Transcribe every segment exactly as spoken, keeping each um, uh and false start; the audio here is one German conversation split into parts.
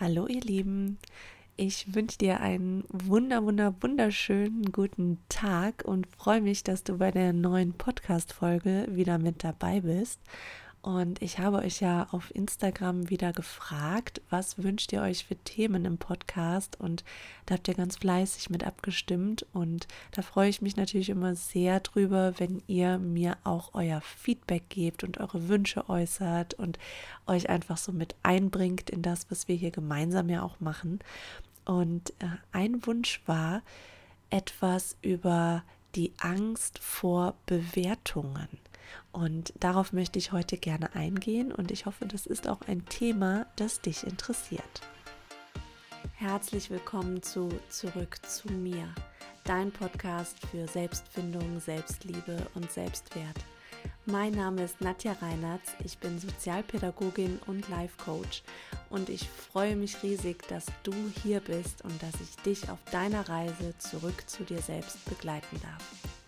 Hallo ihr Lieben, ich wünsche dir einen wunder, wunder, wunderschönen guten Tag und freue mich, dass du bei der neuen Podcast-Folge wieder mit dabei bist. Und ich habe euch ja auf Instagram wieder gefragt, was wünscht ihr euch für Themen im Podcast? Und da habt ihr ganz fleißig mit abgestimmt. Und da freue ich mich natürlich immer sehr drüber, wenn ihr mir auch euer Feedback gebt und eure Wünsche äußert und euch einfach so mit einbringt in das, was wir hier gemeinsam ja auch machen. Und äh, ein Wunsch war etwas über die Angst vor Bewertungen. Und darauf möchte ich heute gerne eingehen und ich hoffe, das ist auch ein Thema, das dich interessiert. Herzlich willkommen zu Zurück zu mir, dein Podcast für Selbstfindung, Selbstliebe und Selbstwert. Mein Name ist Nadja Reinertz, ich bin Sozialpädagogin und Life Coach und ich freue mich riesig, dass du hier bist und dass ich dich auf deiner Reise zurück zu dir selbst begleiten darf.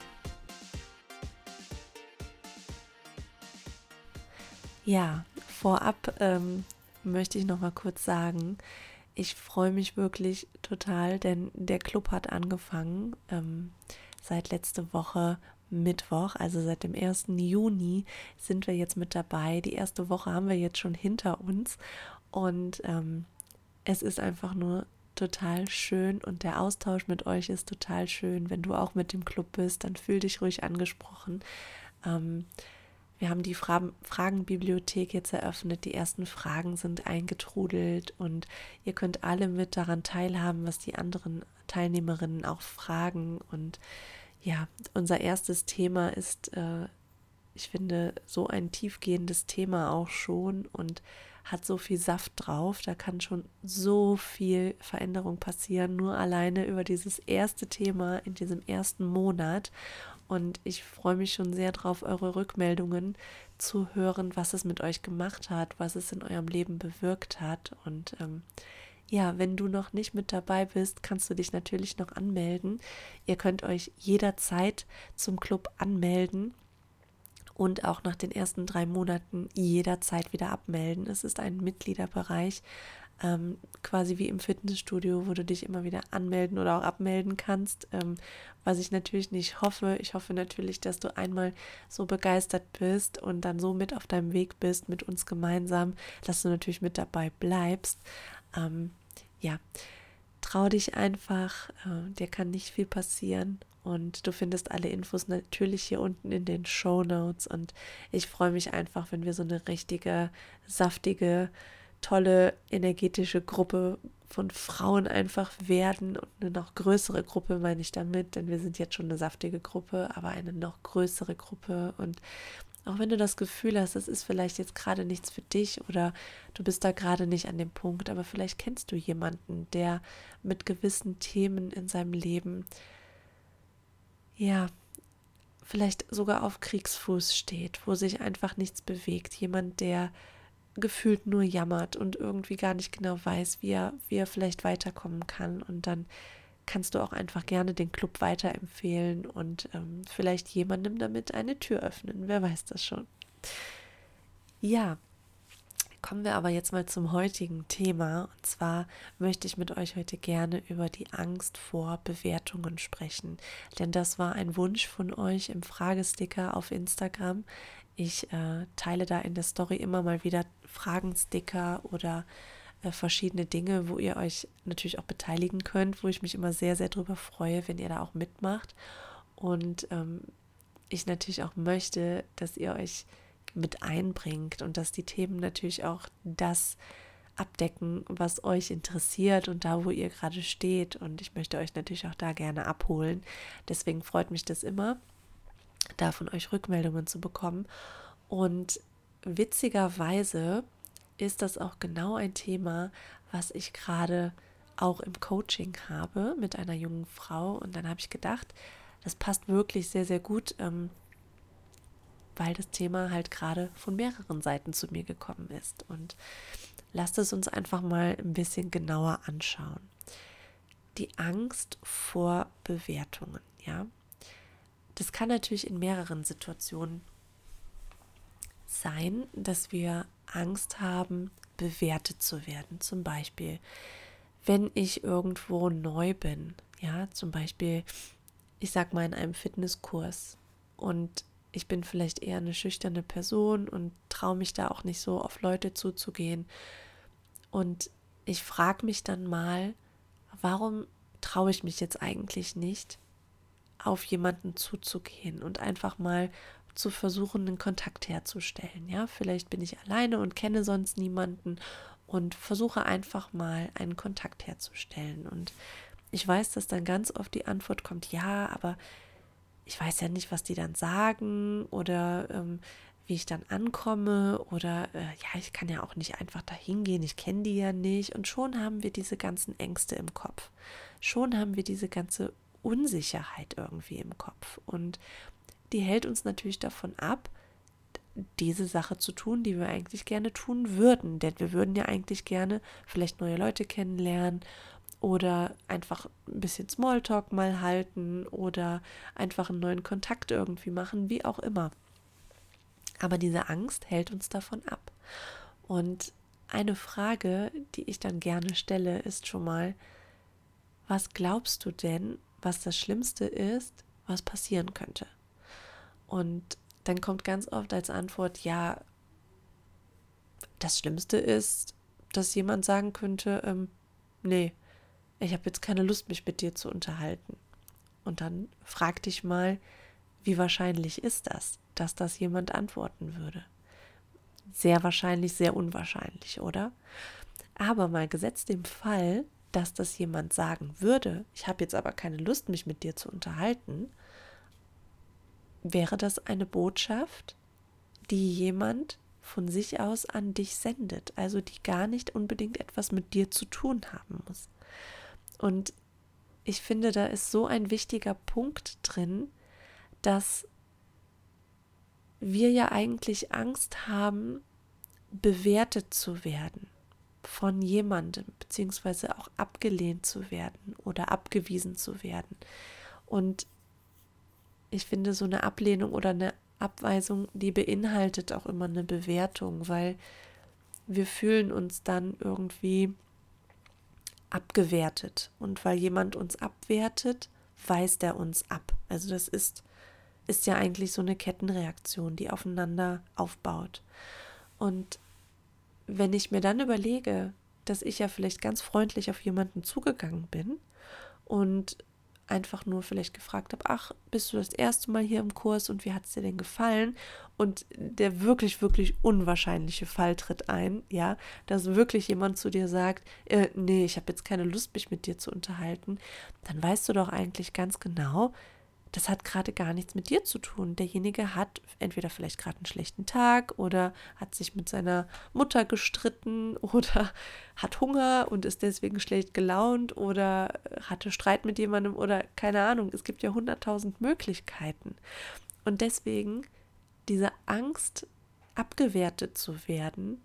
Ja, vorab ähm, möchte ich noch mal kurz sagen, ich freue mich wirklich total, denn der Club hat angefangen ähm, seit letzte Woche Mittwoch, also seit dem ersten Juni sind wir jetzt mit dabei. Die erste Woche haben wir jetzt schon hinter uns und ähm, es ist einfach nur total schön und der Austausch mit euch ist total schön. Wenn du auch mit dem Club bist, dann fühl dich ruhig angesprochen. Ähm, Wir haben die Fra- Fragenbibliothek jetzt eröffnet, die ersten Fragen sind eingetrudelt und ihr könnt alle mit daran teilhaben, was die anderen Teilnehmerinnen auch fragen. Und ja, unser erstes Thema ist, äh, ich finde, so ein tiefgehendes Thema auch schon und hat so viel Saft drauf. Da kann schon so viel Veränderung passieren, nur alleine über dieses erste Thema in diesem ersten Monat. Und ich freue mich schon sehr drauf, eure Rückmeldungen zu hören, was es mit euch gemacht hat, was es in eurem Leben bewirkt hat. Und ähm, ja, wenn du noch nicht mit dabei bist, kannst du dich natürlich noch anmelden. Ihr könnt euch jederzeit zum Club anmelden und auch nach den ersten drei Monaten jederzeit wieder abmelden. Es ist ein Mitgliederbereich, ähm, quasi wie im Fitnessstudio, wo du dich immer wieder anmelden oder auch abmelden kannst, ähm, was ich natürlich nicht hoffe. Ich hoffe natürlich, dass du einmal so begeistert bist und dann so mit auf deinem Weg bist, mit uns gemeinsam, dass du natürlich mit dabei bleibst. Ähm, ja, trau dich einfach, äh, dir kann nicht viel passieren. Und du findest alle Infos natürlich hier unten in den Shownotes. Und ich freue mich einfach, wenn wir so eine richtige, saftige, tolle, energetische Gruppe von Frauen einfach werden. Und eine noch größere Gruppe meine ich damit, denn wir sind jetzt schon eine saftige Gruppe, aber eine noch größere Gruppe. Und auch wenn du das Gefühl hast, das ist vielleicht jetzt gerade nichts für dich oder du bist da gerade nicht an dem Punkt, aber vielleicht kennst du jemanden, der mit gewissen Themen in seinem Leben, ja, vielleicht sogar auf Kriegsfuß steht, wo sich einfach nichts bewegt. Jemand, der gefühlt nur jammert und irgendwie gar nicht genau weiß, wie er, wie er vielleicht weiterkommen kann. Und dann kannst du auch einfach gerne den Club weiterempfehlen und ähm, vielleicht jemandem damit eine Tür öffnen. Wer weiß das schon. Ja, kommen wir aber jetzt mal zum heutigen Thema. Und zwar möchte ich mit euch heute gerne über die Angst vor Bewertungen sprechen. Denn das war ein Wunsch von euch im Fragesticker auf Instagram. Ich äh, teile da in der Story immer mal wieder Fragensticker oder äh, verschiedene Dinge, wo ihr euch natürlich auch beteiligen könnt, wo ich mich immer sehr, sehr drüber freue, wenn ihr da auch mitmacht. Und ähm, ich natürlich auch möchte, dass ihr euch mit einbringt und dass die Themen natürlich auch das abdecken, was euch interessiert und da, wo ihr gerade steht. Und ich möchte euch natürlich auch da gerne abholen. Deswegen freut mich das immer, da von euch Rückmeldungen zu bekommen. Und witzigerweise ist das auch genau ein Thema, was ich gerade auch im Coaching habe mit einer jungen Frau. Und dann habe ich gedacht, das passt wirklich sehr, sehr gut, ähm, weil das Thema halt gerade von mehreren Seiten zu mir gekommen ist. Und lasst es uns einfach mal ein bisschen genauer anschauen. Die Angst vor Bewertungen, ja. Das kann natürlich in mehreren Situationen sein, dass wir Angst haben, bewertet zu werden. Zum Beispiel, wenn ich irgendwo neu bin, ja, zum Beispiel, ich sag mal in einem Fitnesskurs und ich bin vielleicht eher eine schüchterne Person und traue mich da auch nicht so auf Leute zuzugehen. Und ich frage mich dann mal, warum traue ich mich jetzt eigentlich nicht, auf jemanden zuzugehen und einfach mal zu versuchen, einen Kontakt herzustellen. Ja, vielleicht bin ich alleine und kenne sonst niemanden und versuche einfach mal einen Kontakt herzustellen. Und ich weiß, dass dann ganz oft die Antwort kommt, ja, aber ich weiß ja nicht, was die dann sagen oder ähm, wie ich dann ankomme oder äh, ja, ich kann ja auch nicht einfach dahin gehen, ich kenne die ja nicht. Und schon haben wir diese ganzen Ängste im Kopf. Schon haben wir diese ganze Unsicherheit irgendwie im Kopf. Und die hält uns natürlich davon ab, diese Sache zu tun, die wir eigentlich gerne tun würden. Denn wir würden ja eigentlich gerne vielleicht neue Leute kennenlernen oder einfach ein bisschen Smalltalk mal halten oder einfach einen neuen Kontakt irgendwie machen, wie auch immer. Aber diese Angst hält uns davon ab. Und eine Frage, die ich dann gerne stelle, ist schon mal, was glaubst du denn, was das Schlimmste ist, was passieren könnte? Und dann kommt ganz oft als Antwort, ja, das Schlimmste ist, dass jemand sagen könnte, ähm, nee, ich habe jetzt keine Lust, mich mit dir zu unterhalten. Und dann frag dich mal, wie wahrscheinlich ist das, dass das jemand antworten würde? Sehr wahrscheinlich, sehr unwahrscheinlich, oder? Aber mal gesetzt dem Fall, dass das jemand sagen würde, ich habe jetzt aber keine Lust, mich mit dir zu unterhalten, wäre das eine Botschaft, die jemand von sich aus an dich sendet, also die gar nicht unbedingt etwas mit dir zu tun haben muss. Und ich finde, da ist so ein wichtiger Punkt drin, dass wir ja eigentlich Angst haben, bewertet zu werden von jemandem, beziehungsweise auch abgelehnt zu werden oder abgewiesen zu werden. Und ich finde, so eine Ablehnung oder eine Abweisung, die beinhaltet auch immer eine Bewertung, weil wir fühlen uns dann irgendwie abgewertet. Und weil jemand uns abwertet, weist er uns ab. Also das ist, ist ja eigentlich so eine Kettenreaktion, die aufeinander aufbaut. Und wenn ich mir dann überlege, dass ich ja vielleicht ganz freundlich auf jemanden zugegangen bin und einfach nur vielleicht gefragt habe, ach, bist du das erste Mal hier im Kurs und wie hat es dir denn gefallen? Und der wirklich, wirklich unwahrscheinliche Fall tritt ein, ja, dass wirklich jemand zu dir sagt, äh, nee, ich habe jetzt keine Lust, mich mit dir zu unterhalten, dann weißt du doch eigentlich ganz genau, das hat gerade gar nichts mit dir zu tun. Derjenige hat entweder vielleicht gerade einen schlechten Tag oder hat sich mit seiner Mutter gestritten oder hat Hunger und ist deswegen schlecht gelaunt oder hatte Streit mit jemandem oder keine Ahnung. Es gibt ja hunderttausend Möglichkeiten. Und deswegen diese Angst, abgewertet zu werden,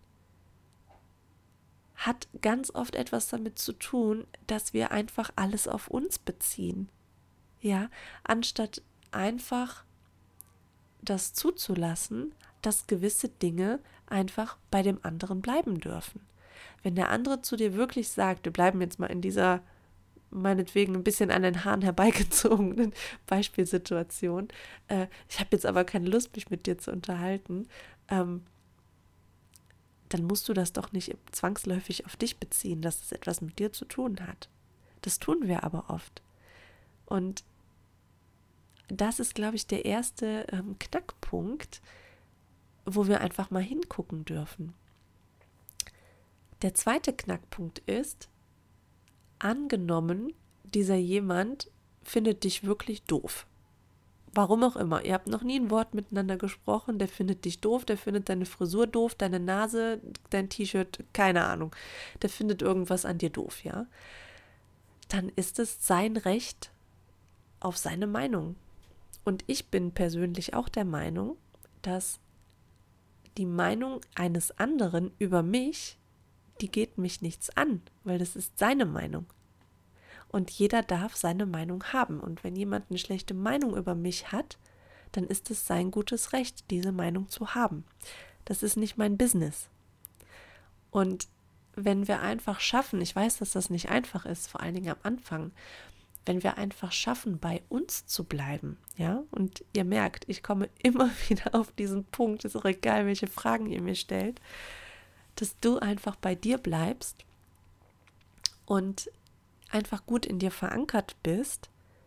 hat ganz oft etwas damit zu tun, dass wir einfach alles auf uns beziehen. Ja, anstatt einfach das zuzulassen, dass gewisse Dinge einfach bei dem anderen bleiben dürfen. Wenn der andere zu dir wirklich sagt, wir bleiben jetzt mal in dieser meinetwegen ein bisschen an den Haaren herbeigezogenen Beispielsituation, äh, ich habe jetzt aber keine Lust, mich mit dir zu unterhalten, ähm, dann musst du das doch nicht zwangsläufig auf dich beziehen, dass es etwas mit dir zu tun hat. Das tun wir aber oft. Und das ist, glaube ich, der erste ähm, Knackpunkt, wo wir einfach mal hingucken dürfen. Der zweite Knackpunkt ist, angenommen, dieser jemand findet dich wirklich doof. Warum auch immer. Ihr habt noch nie ein Wort miteinander gesprochen, der findet dich doof, der findet deine Frisur doof, deine Nase, dein T-Shirt, keine Ahnung. Der findet irgendwas an dir doof, ja. Dann ist es sein Recht auf seine Meinung. Und ich bin persönlich auch der Meinung, dass die Meinung eines anderen über mich, die geht mich nichts an, weil das ist seine Meinung. Und jeder darf seine Meinung haben. Und wenn jemand eine schlechte Meinung über mich hat, dann ist es sein gutes Recht, diese Meinung zu haben. Das ist nicht mein Business. Und wenn wir einfach schaffen, ich weiß, dass das nicht einfach ist, vor allen Dingen am Anfang, wenn wir einfach schaffen, bei uns zu bleiben, ja, und ihr merkt, ich komme immer wieder auf diesen Punkt, ist auch egal, welche Fragen ihr mir stellt, dass du einfach bei dir bleibst und einfach gut in dir verankert bist,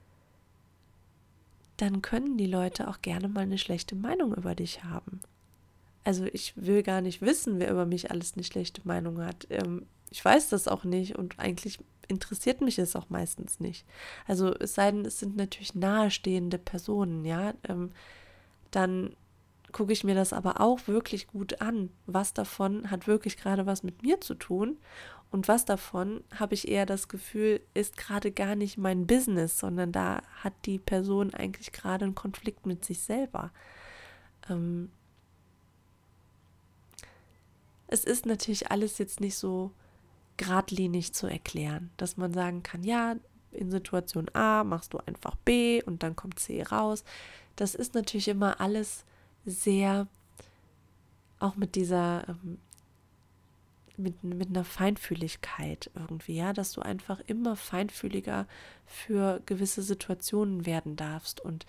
dann können die Leute auch gerne mal eine schlechte Meinung über dich haben. Also ich will gar nicht wissen, wer über mich alles eine schlechte Meinung hat. Ähm, ich weiß das auch nicht und eigentlich interessiert mich es auch meistens nicht. Also es sei denn, es sind natürlich nahestehende Personen, ja. Ähm, dann gucke ich mir das aber auch wirklich gut an. Was davon hat wirklich gerade was mit mir zu tun und was davon, habe ich eher das Gefühl, ist gerade gar nicht mein Business, sondern da hat die Person eigentlich gerade einen Konflikt mit sich selber. Ähm, es ist natürlich alles jetzt nicht so geradlinig zu erklären, dass man sagen kann, ja, in Situation A machst du einfach B und dann kommt C raus. Das ist natürlich immer alles sehr, auch mit dieser, ähm, mit, mit einer Feinfühligkeit irgendwie, ja, dass du einfach immer feinfühliger für gewisse Situationen werden darfst. Und,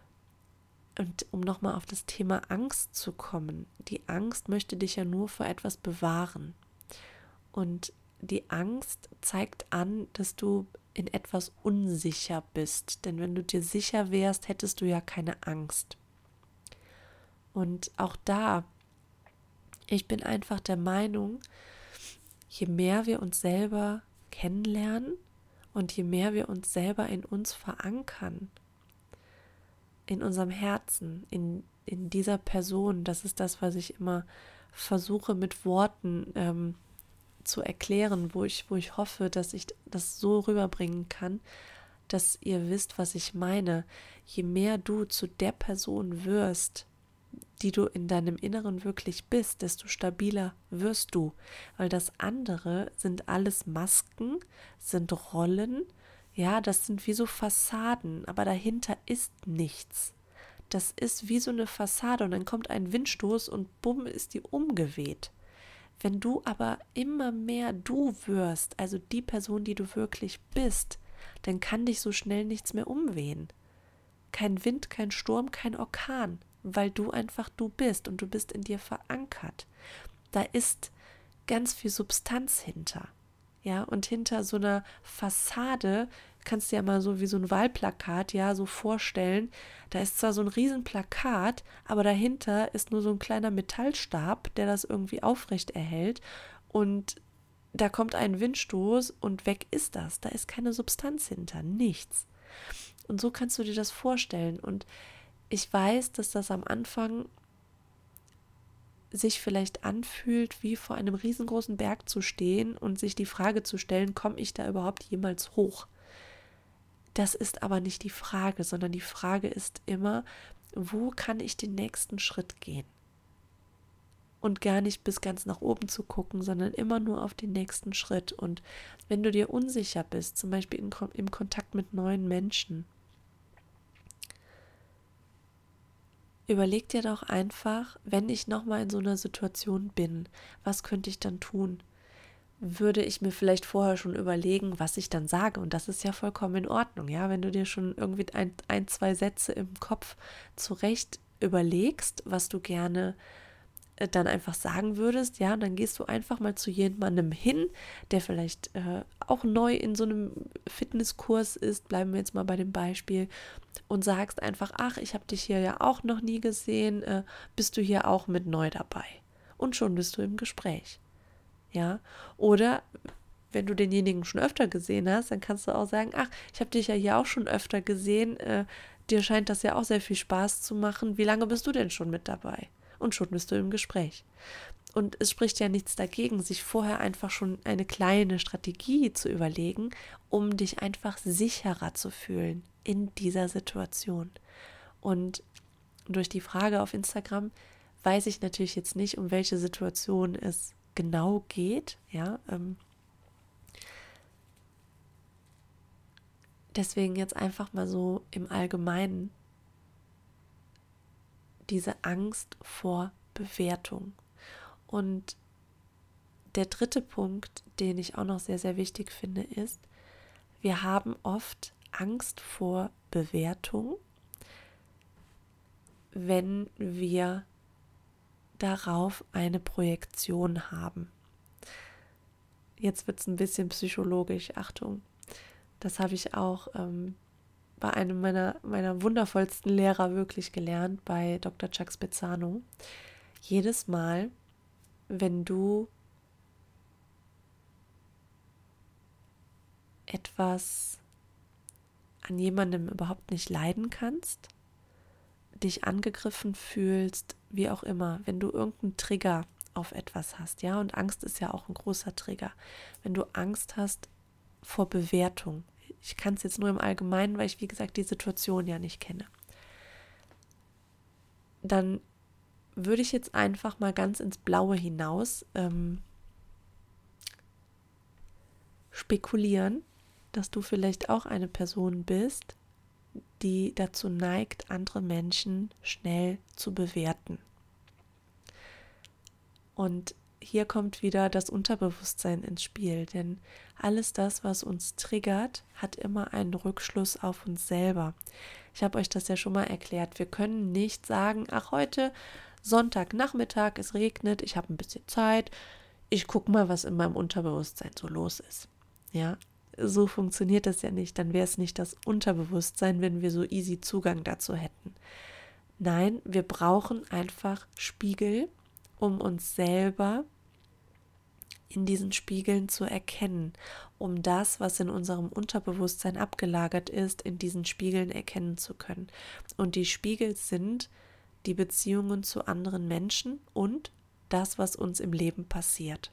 und um nochmal auf das Thema Angst zu kommen, die Angst möchte dich ja nur vor etwas bewahren. Und die Angst zeigt an, dass du in etwas unsicher bist. Denn wenn du dir sicher wärst, hättest du ja keine Angst. Und auch da, ich bin einfach der Meinung, je mehr wir uns selber kennenlernen und je mehr wir uns selber in uns verankern, in unserem Herzen, in, in dieser Person, das ist das, was ich immer versuche mit Worten ähm, zu erklären, wo ich, wo ich hoffe, dass ich das so rüberbringen kann, dass ihr wisst, was ich meine. Je mehr du zu der Person wirst, die du in deinem Inneren wirklich bist, desto stabiler wirst du. Weil das andere sind alles Masken, sind Rollen, ja, das sind wie so Fassaden, aber dahinter ist nichts. Das ist wie so eine Fassade und dann kommt ein Windstoß und bumm ist die umgeweht. Wenn du aber immer mehr du wirst, also die Person, die du wirklich bist, dann kann dich so schnell nichts mehr umwehen. Kein Wind, kein Sturm, kein Orkan, weil du einfach du bist und du bist in dir verankert. Da ist ganz viel Substanz hinter. Ja, und hinter so einer Fassade kannst du dir ja mal so wie so ein Wahlplakat, ja, so vorstellen. Da ist zwar so ein Riesenplakat, aber dahinter ist nur so ein kleiner Metallstab, der das irgendwie aufrecht erhält. Und da kommt ein Windstoß und weg ist das. Da ist keine Substanz hinter, nichts. Und so kannst du dir das vorstellen. Und ich weiß, dass das am Anfang sich vielleicht anfühlt, wie vor einem riesengroßen Berg zu stehen und sich die Frage zu stellen, komme ich da überhaupt jemals hoch? Das ist aber nicht die Frage, sondern die Frage ist immer, wo kann ich den nächsten Schritt gehen? Und gar nicht bis ganz nach oben zu gucken, sondern immer nur auf den nächsten Schritt. Und wenn du dir unsicher bist, zum Beispiel in, im Kontakt mit neuen Menschen, überleg dir doch einfach, wenn ich nochmal in so einer Situation bin, was könnte ich dann tun? Würde ich mir vielleicht vorher schon überlegen, was ich dann sage. Und das ist ja vollkommen in Ordnung, ja, wenn du dir schon irgendwie ein, ein zwei Sätze im Kopf zurecht überlegst, was du gerne dann einfach sagen würdest, ja, und dann gehst du einfach mal zu jemandem hin, der vielleicht äh, auch neu in so einem Fitnesskurs ist, bleiben wir jetzt mal bei dem Beispiel, und sagst einfach, ach, ich habe dich hier ja auch noch nie gesehen, äh, bist du hier auch mit neu dabei? Und schon bist du im Gespräch, ja, oder wenn du denjenigen schon öfter gesehen hast, dann kannst du auch sagen, ach, ich habe dich ja hier auch schon öfter gesehen, äh, dir scheint das ja auch sehr viel Spaß zu machen, wie lange bist du denn schon mit dabei? Und schon bist du im Gespräch. Und es spricht ja nichts dagegen, sich vorher einfach schon eine kleine Strategie zu überlegen, um dich einfach sicherer zu fühlen in dieser Situation. Und durch die Frage auf Instagram weiß ich natürlich jetzt nicht, um welche Situation es genau geht. Ja, ähm, deswegen jetzt einfach mal so im Allgemeinen diese Angst vor Bewertung. Und der dritte Punkt, den ich auch noch sehr, sehr wichtig finde, ist, wir haben oft Angst vor Bewertung, wenn wir darauf eine Projektion haben. Jetzt wird es ein bisschen psychologisch, Achtung. Das habe ich auch ähm, bei einem meiner, meiner wundervollsten Lehrer wirklich gelernt, bei Doktor Chuck Spezzano. Jedes Mal, wenn du etwas an jemandem überhaupt nicht leiden kannst, dich angegriffen fühlst, wie auch immer, wenn du irgendeinen Trigger auf etwas hast, ja, und Angst ist ja auch ein großer Trigger. Wenn du Angst hast vor Bewertung, ich kann es jetzt nur im Allgemeinen, weil ich, wie gesagt, die Situation ja nicht kenne, dann würde ich jetzt einfach mal ganz ins Blaue hinaus ähm, spekulieren, dass du vielleicht auch eine Person bist, die dazu neigt, andere Menschen schnell zu bewerten. Und hier kommt wieder das Unterbewusstsein ins Spiel, denn alles das, was uns triggert, hat immer einen Rückschluss auf uns selber. Ich habe euch das ja schon mal erklärt. Wir können nicht sagen, ach, heute Sonntagnachmittag, es regnet, ich habe ein bisschen Zeit, ich gucke mal, was in meinem Unterbewusstsein so los ist. Ja, so funktioniert das ja nicht. Dann wäre es nicht das Unterbewusstsein, wenn wir so easy Zugang dazu hätten. Nein, wir brauchen einfach Spiegel, um uns selber in diesen Spiegeln zu erkennen, um das, was in unserem Unterbewusstsein abgelagert ist, in diesen Spiegeln erkennen zu können. Und die Spiegel sind die Beziehungen zu anderen Menschen und das, was uns im Leben passiert.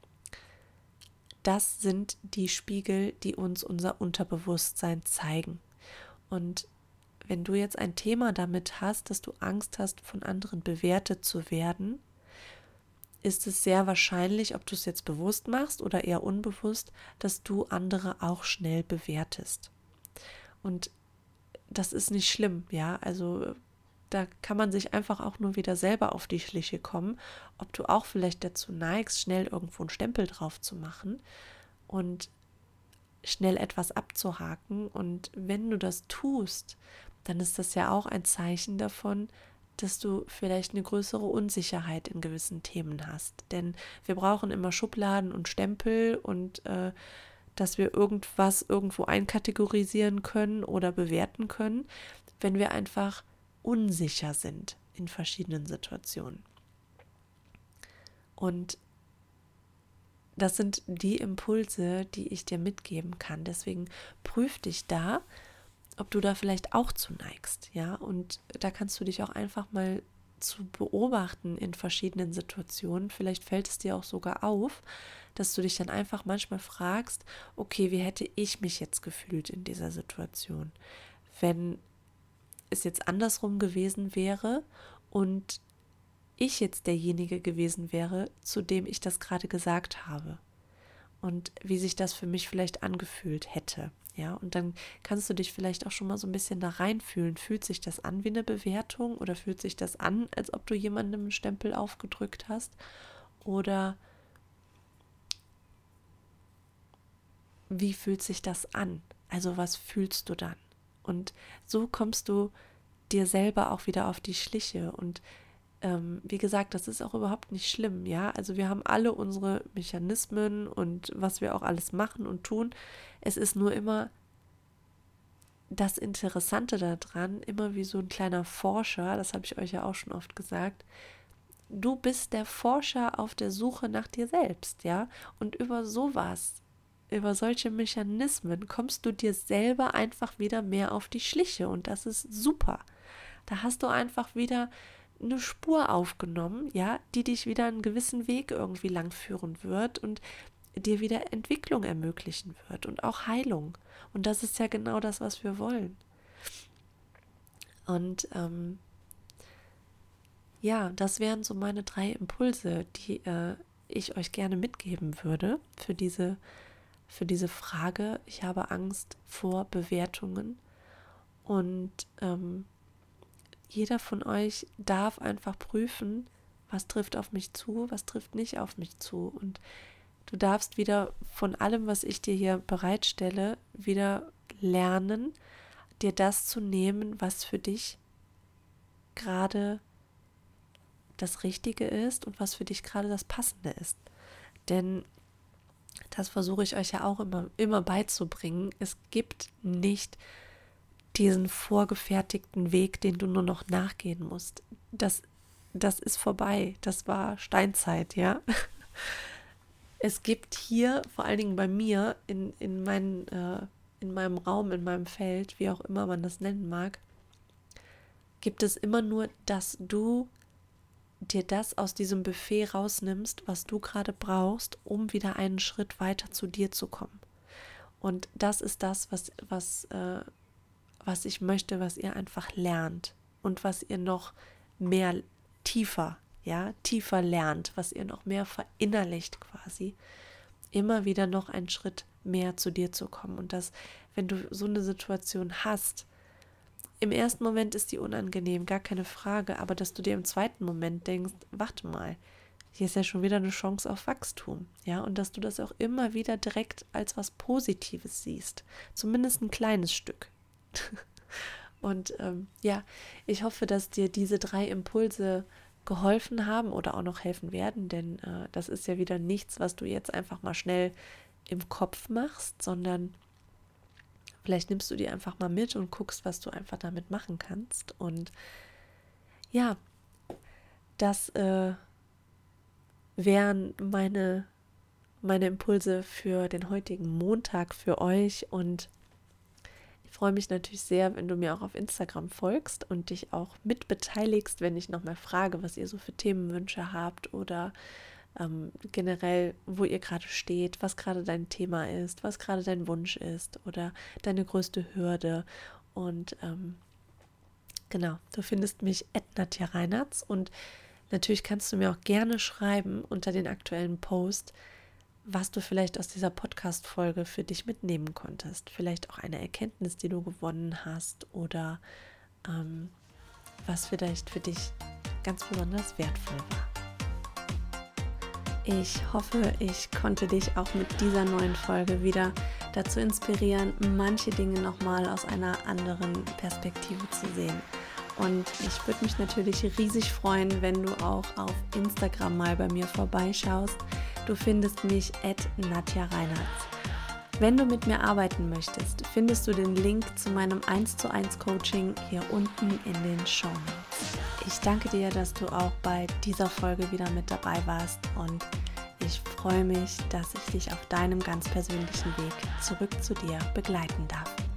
Das sind die Spiegel, die uns unser Unterbewusstsein zeigen. Und wenn du jetzt ein Thema damit hast, dass du Angst hast, von anderen bewertet zu werden, ist es sehr wahrscheinlich, ob du es jetzt bewusst machst oder eher unbewusst, dass du andere auch schnell bewertest. Und das ist nicht schlimm, ja, also da kann man sich einfach auch nur wieder selber auf die Schliche kommen, ob du auch vielleicht dazu neigst, schnell irgendwo einen Stempel drauf zu machen und schnell etwas abzuhaken. Und wenn du das tust, dann ist das ja auch ein Zeichen davon, dass du vielleicht eine größere Unsicherheit in gewissen Themen hast. Denn wir brauchen immer Schubladen und Stempel und äh, dass wir irgendwas irgendwo einkategorisieren können oder bewerten können, wenn wir einfach unsicher sind in verschiedenen Situationen. Und das sind die Impulse, die ich dir mitgeben kann. Deswegen prüf dich da, ob du da vielleicht auch zu neigst, ja, und da kannst du dich auch einfach mal zu beobachten in verschiedenen Situationen. Vielleicht fällt es dir auch sogar auf, dass du dich dann einfach manchmal fragst, okay, wie hätte ich mich jetzt gefühlt in dieser Situation, wenn es jetzt andersrum gewesen wäre und ich jetzt derjenige gewesen wäre, zu dem ich das gerade gesagt habe und wie sich das für mich vielleicht angefühlt hätte. Ja, und dann kannst du dich vielleicht auch schon mal so ein bisschen da reinfühlen. Fühlt sich das an wie eine Bewertung oder fühlt sich das an, als ob du jemandem einen Stempel aufgedrückt hast? Oder wie fühlt sich das an? Also was fühlst du dann? Und so kommst du dir selber auch wieder auf die Schliche. Und ähm, wie gesagt, das ist auch überhaupt nicht schlimm, ja. Also wir haben alle unsere Mechanismen und was wir auch alles machen und tun. Es ist nur immer das Interessante daran, immer wie so ein kleiner Forscher, das habe ich euch ja auch schon oft gesagt, du bist der Forscher auf der Suche nach dir selbst, ja, und über sowas, über solche Mechanismen kommst du dir selber einfach wieder mehr auf die Schliche und das ist super. Da hast du einfach wieder eine Spur aufgenommen, ja, die dich wieder einen gewissen Weg irgendwie langführen wird und dir wieder Entwicklung ermöglichen wird und auch Heilung. Und das ist ja genau das, was wir wollen. Und ähm, ja, das wären so meine drei Impulse, die äh, ich euch gerne mitgeben würde für diese, für diese Frage. Ich habe Angst vor Bewertungen und ähm, jeder von euch darf einfach prüfen, was trifft auf mich zu, was trifft nicht auf mich zu. Und Du darfst wieder von allem, was ich dir hier bereitstelle, wieder lernen, dir das zu nehmen, was für dich gerade das Richtige ist und was für dich gerade das Passende ist. Denn das versuche ich euch ja auch immer, immer beizubringen. Es gibt nicht diesen vorgefertigten Weg, den du nur noch nachgehen musst. Das, das ist vorbei. Das war Steinzeit, ja. Es gibt hier, vor allen Dingen bei mir, in, in, mein, äh, in meinem Raum, in meinem Feld, wie auch immer man das nennen mag, gibt es immer nur, dass du dir das aus diesem Buffet rausnimmst, was du gerade brauchst, um wieder einen Schritt weiter zu dir zu kommen. Und das ist das, was, was, äh, was ich möchte, was ihr einfach lernt und was ihr noch mehr tiefer, ja, tiefer lernt, was ihr noch mehr verinnerlicht quasi, immer wieder noch einen Schritt mehr zu dir zu kommen. Und dass, wenn du so eine Situation hast, im ersten Moment ist die unangenehm, gar keine Frage, aber dass du dir im zweiten Moment denkst, warte mal, hier ist ja schon wieder eine Chance auf Wachstum, ja, und dass du das auch immer wieder direkt als was Positives siehst, zumindest ein kleines Stück. Und ähm, ja, ich hoffe, dass dir diese drei Impulse geholfen haben oder auch noch helfen werden, denn äh, das ist ja wieder nichts, was du jetzt einfach mal schnell im Kopf machst, sondern vielleicht nimmst du die einfach mal mit und guckst, was du einfach damit machen kannst. Und ja, das äh, wären meine, meine Impulse für den heutigen Montag für euch. Und ich freue mich natürlich sehr, wenn du mir auch auf Instagram folgst und dich auch mitbeteiligst, wenn ich noch mal frage, was ihr so für Themenwünsche habt oder ähm, generell, wo ihr gerade steht, was gerade dein Thema ist, was gerade dein Wunsch ist oder deine größte Hürde. Und ähm, genau, du findest mich at Nadja Reinertz und natürlich kannst du mir auch gerne schreiben unter den aktuellen Post, was du vielleicht aus dieser Podcast-Folge für dich mitnehmen konntest. Vielleicht auch eine Erkenntnis, die du gewonnen hast oder ähm, was vielleicht für dich ganz besonders wertvoll war. Ich hoffe, ich konnte dich auch mit dieser neuen Folge wieder dazu inspirieren, manche Dinge nochmal aus einer anderen Perspektive zu sehen. Und ich würde mich natürlich riesig freuen, wenn du auch auf Instagram mal bei mir vorbeischaust. Du findest mich at Nadja Reinertz. Wenn du mit mir arbeiten möchtest, findest du den Link zu meinem eins zu eins Coaching hier unten in den Shownotes. Ich danke dir, dass du auch bei dieser Folge wieder mit dabei warst und ich freue mich, dass ich dich auf deinem ganz persönlichen Weg zurück zu dir begleiten darf.